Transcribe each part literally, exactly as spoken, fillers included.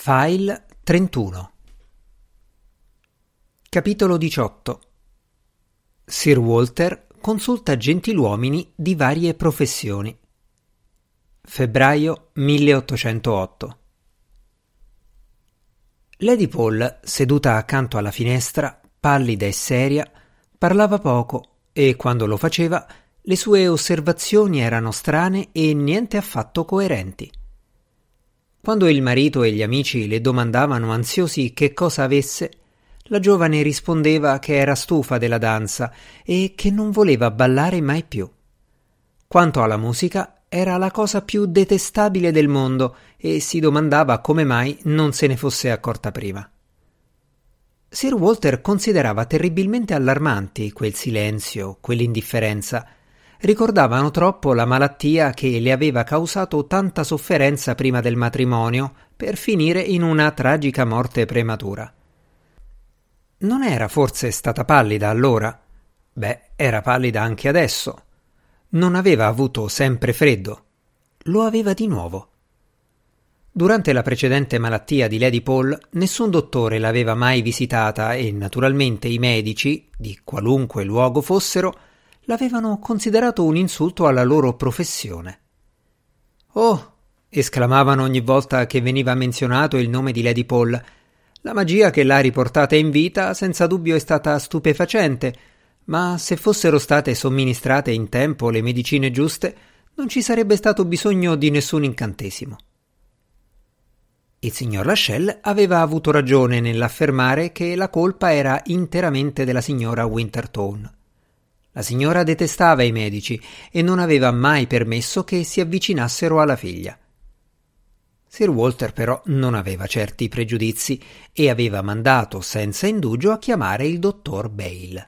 File trentuno. Capitolo diciotto. Sir Walter consulta gentiluomini di varie professioni. Febbraio milleottocentootto. Lady Paul, seduta accanto alla finestra, pallida e seria, parlava poco e, quando lo faceva, le sue osservazioni erano strane e niente affatto coerenti. Quando il marito e gli amici le domandavano ansiosi che cosa avesse, la giovane rispondeva che era stufa della danza e che non voleva ballare mai più. Quanto alla musica, era la cosa più detestabile del mondo e si domandava come mai non se ne fosse accorta prima. Sir Walter considerava terribilmente allarmanti quel silenzio, quell'indifferenza. Ricordavano troppo la malattia che le aveva causato tanta sofferenza prima del matrimonio per finire in una tragica morte prematura. Non era forse stata pallida allora? Beh, era pallida anche adesso. Non aveva avuto sempre freddo. Lo aveva di nuovo. Durante la precedente malattia di Lady Paul, nessun dottore l'aveva mai visitata e naturalmente i medici, di qualunque luogo fossero, l'avevano considerato un insulto alla loro professione. «Oh!» esclamavano ogni volta che veniva menzionato il nome di Lady Paul. «La magia che l'ha riportata in vita senza dubbio è stata stupefacente, ma se fossero state somministrate in tempo le medicine giuste, non ci sarebbe stato bisogno di nessun incantesimo». Il signor Lascelles aveva avuto ragione nell'affermare che la colpa era interamente della signora Winterton. La signora detestava i medici e non aveva mai permesso che si avvicinassero alla figlia. Sir Walter però non aveva certi pregiudizi e aveva mandato senza indugio a chiamare il dottor Bayle.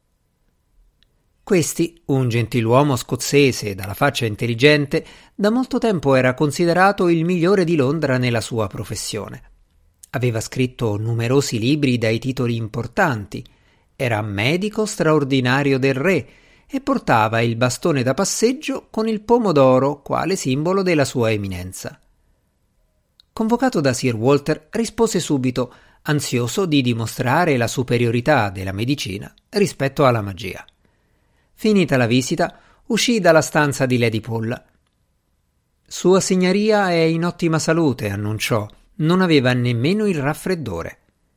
Questi, un gentiluomo scozzese dalla faccia intelligente, da molto tempo era considerato il migliore di Londra nella sua professione. Aveva scritto numerosi libri dai titoli importanti. Era medico straordinario del re e portava il bastone da passeggio con il pomodoro quale simbolo della sua eminenza. Convocato da Sir Walter, rispose subito, ansioso di dimostrare la superiorità della medicina rispetto alla magia. Finita la visita, uscì dalla stanza di Lady Paul. «Sua signoria è in ottima salute», annunciò. Non aveva nemmeno il raffreddore.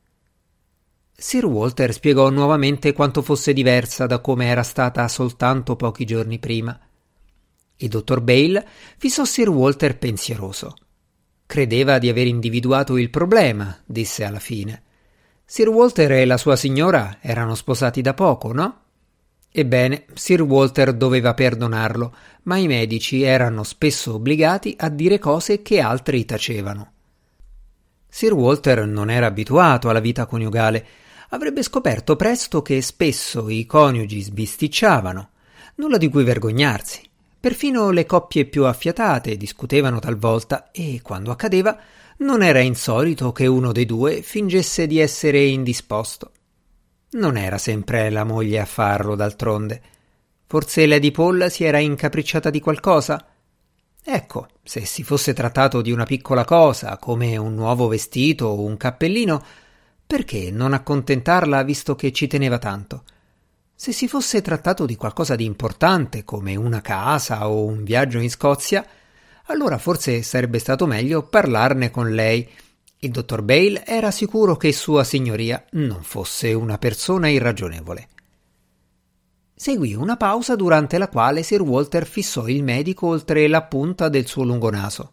Sir Walter spiegò nuovamente quanto fosse diversa da come era stata soltanto pochi giorni prima. Il dottor Bayle fissò Sir Walter pensieroso. Credeva di aver individuato il problema, disse alla fine. Sir Walter e la sua signora erano sposati da poco, no? Ebbene, Sir Walter doveva perdonarlo, ma i medici erano spesso obbligati a dire cose che altri tacevano. Sir Walter non era abituato alla vita coniugale. Avrebbe scoperto presto che spesso i coniugi sbisticciavano, nulla di cui vergognarsi. Perfino le coppie più affiatate discutevano talvolta e, quando accadeva, non era insolito che uno dei due fingesse di essere indisposto. Non era sempre la moglie a farlo, d'altronde. Forse Lady Paul si era incapricciata di qualcosa? Ecco, se si fosse trattato di una piccola cosa, come un nuovo vestito o un cappellino, perché non accontentarla visto che ci teneva tanto? Se si fosse trattato di qualcosa di importante, come una casa o un viaggio in Scozia, allora forse sarebbe stato meglio parlarne con lei. Il dottor Bayle era sicuro che sua signoria non fosse una persona irragionevole. Seguì una pausa durante la quale Sir Walter fissò il medico oltre la punta del suo lungo naso.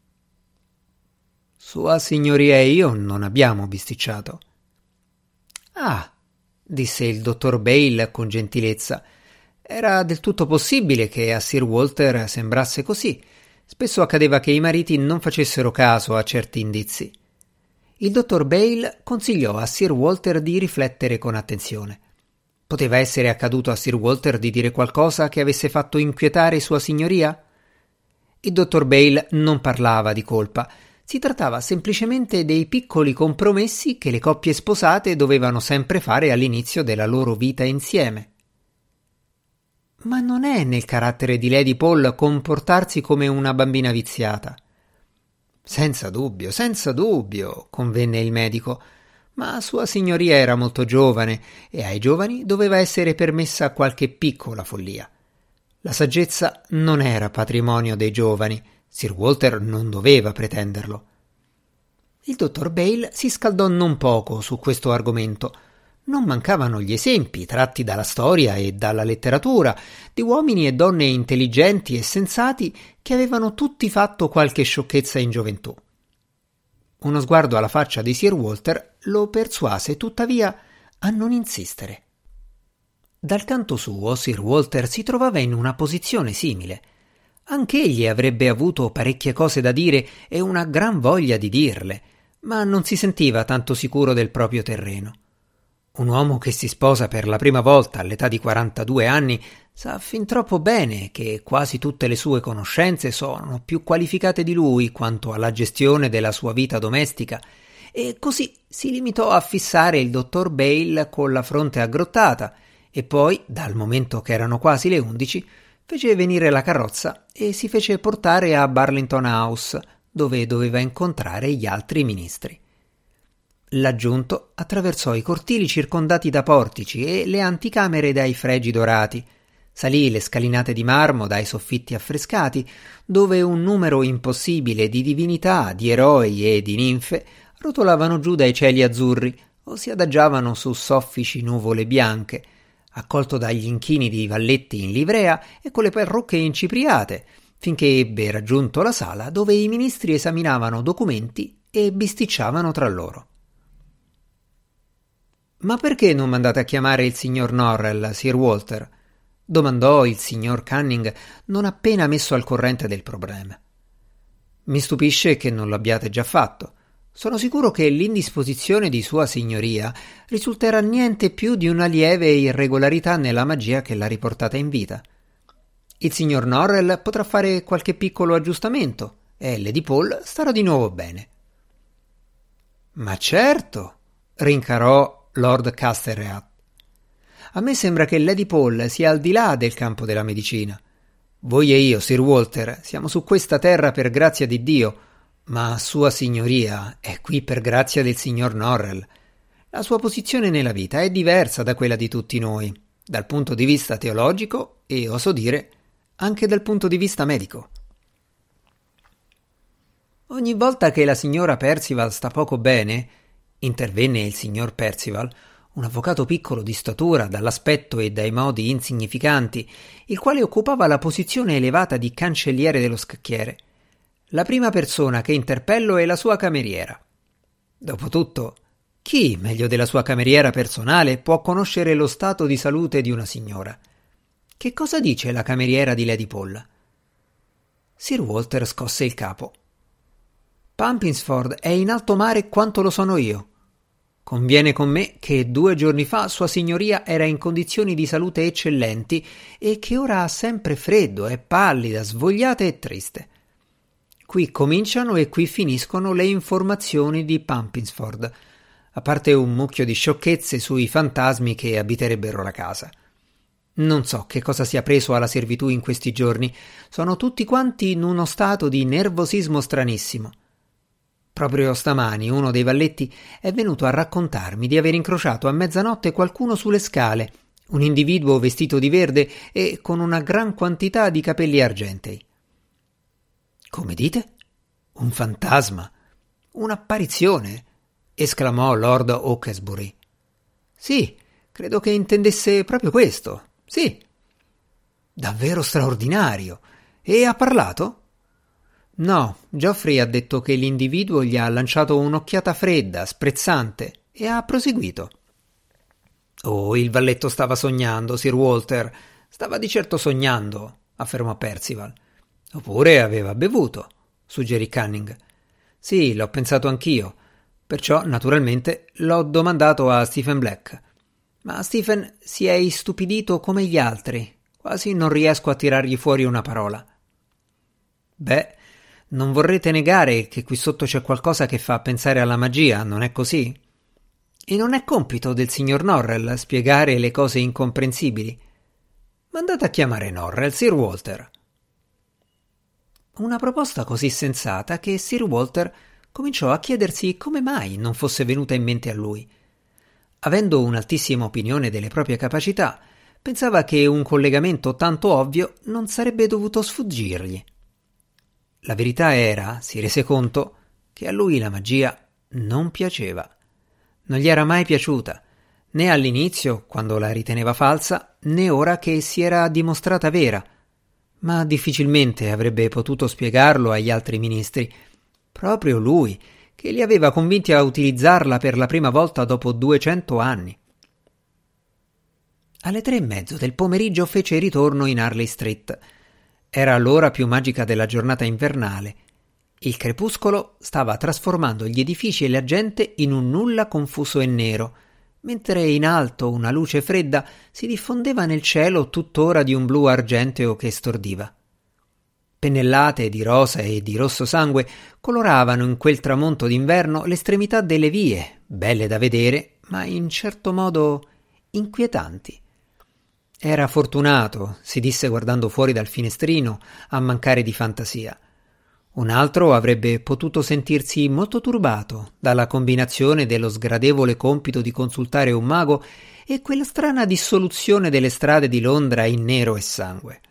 «Sua signoria e io non abbiamo bisticciato». «Ah», disse il dottor Bayle con gentilezza. Era del tutto possibile che a Sir Walter sembrasse così. Spesso accadeva che i mariti non facessero caso a certi indizi. Il dottor Bayle consigliò a Sir Walter di riflettere con attenzione. Poteva essere accaduto a Sir Walter di dire qualcosa che avesse fatto inquietare sua signoria? Il dottor Bayle non parlava di colpa. Si trattava semplicemente dei piccoli compromessi che le coppie sposate dovevano sempre fare all'inizio della loro vita insieme. Ma non è nel carattere di Lady Paul comportarsi come una bambina viziata. Senza dubbio, senza dubbio, convenne il medico, ma Sua Signoria era molto giovane e ai giovani doveva essere permessa qualche piccola follia. La saggezza non era patrimonio dei giovani, Sir Walter non doveva pretenderlo. Il dottor Bayle si scaldò non poco su questo argomento. Non mancavano gli esempi, tratti dalla storia e dalla letteratura, di uomini e donne intelligenti e sensati che avevano tutti fatto qualche sciocchezza in gioventù. Uno sguardo alla faccia di Sir Walter lo persuase tuttavia a non insistere. Dal canto suo, Sir Walter si trovava in una posizione simile. Anch'egli avrebbe avuto parecchie cose da dire e una gran voglia di dirle, ma non si sentiva tanto sicuro del proprio terreno. Un uomo che si sposa per la prima volta all'età di quarantadue anni sa fin troppo bene che quasi tutte le sue conoscenze sono più qualificate di lui quanto alla gestione della sua vita domestica, e così si limitò a fissare il dottor Bayle con la fronte aggrottata e poi, dal momento che erano quasi le undici, fece venire la carrozza e si fece portare a Burlington House, dove doveva incontrare gli altri ministri. L'aggiunto attraversò i cortili circondati da portici e le anticamere dai fregi dorati, salì le scalinate di marmo dai soffitti affrescati, dove un numero impossibile di divinità, di eroi e di ninfe rotolavano giù dai cieli azzurri o si adagiavano su soffici nuvole bianche, accolto dagli inchini di valletti in livrea e con le parrucche incipriate, finché ebbe raggiunto la sala dove i ministri esaminavano documenti e bisticciavano tra loro. «Ma perché non mandate a chiamare il signor Norrell, Sir Walter?» domandò il signor Canning, non appena messo al corrente del problema. «Mi stupisce che non lo abbiate già fatto. Sono sicuro che l'indisposizione di Sua Signoria risulterà niente più di una lieve irregolarità nella magia che l'ha riportata in vita. Il signor Norrell potrà fare qualche piccolo aggiustamento e Lady Paul starà di nuovo bene». «Ma certo», rincarò Lord Casterreath. «A me sembra che Lady Paul sia al di là del campo della medicina. Voi e io, Sir Walter, siamo su questa terra per grazia di Dio, ma Sua Signoria è qui per grazia del signor Norrell. La sua posizione nella vita è diversa da quella di tutti noi, dal punto di vista teologico e, oso dire, anche dal punto di vista medico. Ogni volta che la signora Percival sta poco bene», intervenne il signor Percival, un avvocato piccolo di statura, dall'aspetto e dai modi insignificanti, il quale occupava la posizione elevata di cancelliere dello scacchiere. «La prima persona che interpello è la sua cameriera. Dopotutto, chi, meglio della sua cameriera personale, può conoscere lo stato di salute di una signora? Che cosa dice la cameriera di Lady Paul?» Sir Walter scosse il capo. «Pumpinsford è in alto mare quanto lo sono io. Conviene con me che due giorni fa Sua Signoria era in condizioni di salute eccellenti e che ora ha sempre freddo, è pallida, svogliata e triste. Qui cominciano e qui finiscono le informazioni di Pumpinsford, a parte un mucchio di sciocchezze sui fantasmi che abiterebbero la casa. Non so che cosa sia preso alla servitù in questi giorni, sono tutti quanti in uno stato di nervosismo stranissimo. Proprio stamani uno dei valletti è venuto a raccontarmi di aver incrociato a mezzanotte qualcuno sulle scale, un individuo vestito di verde e con una gran quantità di capelli argentei». «Come dite? Un fantasma? Un'apparizione?» esclamò Lord Hawkesbury. «Sì, credo che intendesse proprio questo. Sì». «Davvero straordinario. E ha parlato?» «No, Geoffrey ha detto che l'individuo gli ha lanciato un'occhiata fredda, sprezzante, e ha proseguito». «Oh, il valletto stava sognando, Sir Walter. Stava di certo sognando», affermò Percival. «Oppure aveva bevuto», suggerì Canning. «Sì, l'ho pensato anch'io. Perciò, naturalmente, l'ho domandato a Stephen Black. Ma Stephen si è istupidito come gli altri. Quasi non riesco a tirargli fuori una parola». «Beh, non vorrete negare che qui sotto c'è qualcosa che fa pensare alla magia, non è così? E non è compito del signor Norrell spiegare le cose incomprensibili. Mandate a chiamare Norrell, Sir Walter». Una proposta così sensata che Sir Walter cominciò a chiedersi come mai non fosse venuta in mente a lui. Avendo un'altissima opinione delle proprie capacità, pensava che un collegamento tanto ovvio non sarebbe dovuto sfuggirgli. La verità era, si rese conto, che a lui la magia non piaceva. Non gli era mai piaciuta, né all'inizio, quando la riteneva falsa, né ora che si era dimostrata vera, ma difficilmente avrebbe potuto spiegarlo agli altri ministri. Proprio lui, che li aveva convinti a utilizzarla per la prima volta dopo duecento anni. Alle tre e mezzo del pomeriggio fece ritorno in Harley Street. Era l'ora più magica della giornata invernale. Il crepuscolo stava trasformando gli edifici e la gente in un nulla confuso e nero, mentre in alto una luce fredda si diffondeva nel cielo tuttora di un blu argenteo che stordiva. Pennellate di rosa e di rosso sangue coloravano in quel tramonto d'inverno l'estremità delle vie, belle da vedere, ma in certo modo inquietanti. Era fortunato, si disse guardando fuori dal finestrino, a mancare di fantasia. Un altro avrebbe potuto sentirsi molto turbato dalla combinazione dello sgradevole compito di consultare un mago e quella strana dissoluzione delle strade di Londra in nero e sangue.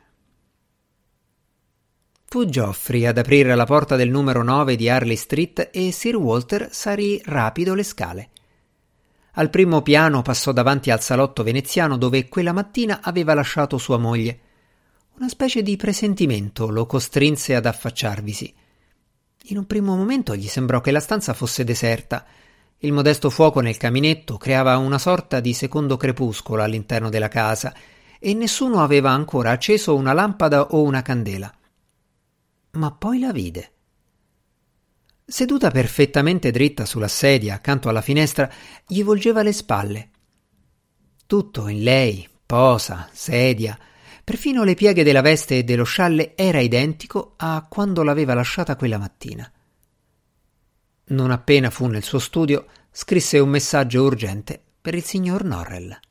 Fu Geoffrey ad aprire la porta del numero nove di Harley Street e Sir Walter salì rapido le scale. Al primo piano passò davanti al salotto veneziano dove quella mattina aveva lasciato sua moglie. Una specie di presentimento lo costrinse ad affacciarvisi. In un primo momento gli sembrò che la stanza fosse deserta. Il modesto fuoco nel caminetto creava una sorta di secondo crepuscolo all'interno della casa e nessuno aveva ancora acceso una lampada o una candela. Ma poi la vide. Seduta perfettamente dritta sulla sedia accanto alla finestra, gli volgeva le spalle. Tutto in lei, posa, sedia, perfino le pieghe della veste e dello scialle era identico a quando l'aveva lasciata quella mattina. Non appena fu nel suo studio, scrisse un messaggio urgente per il signor Norrell.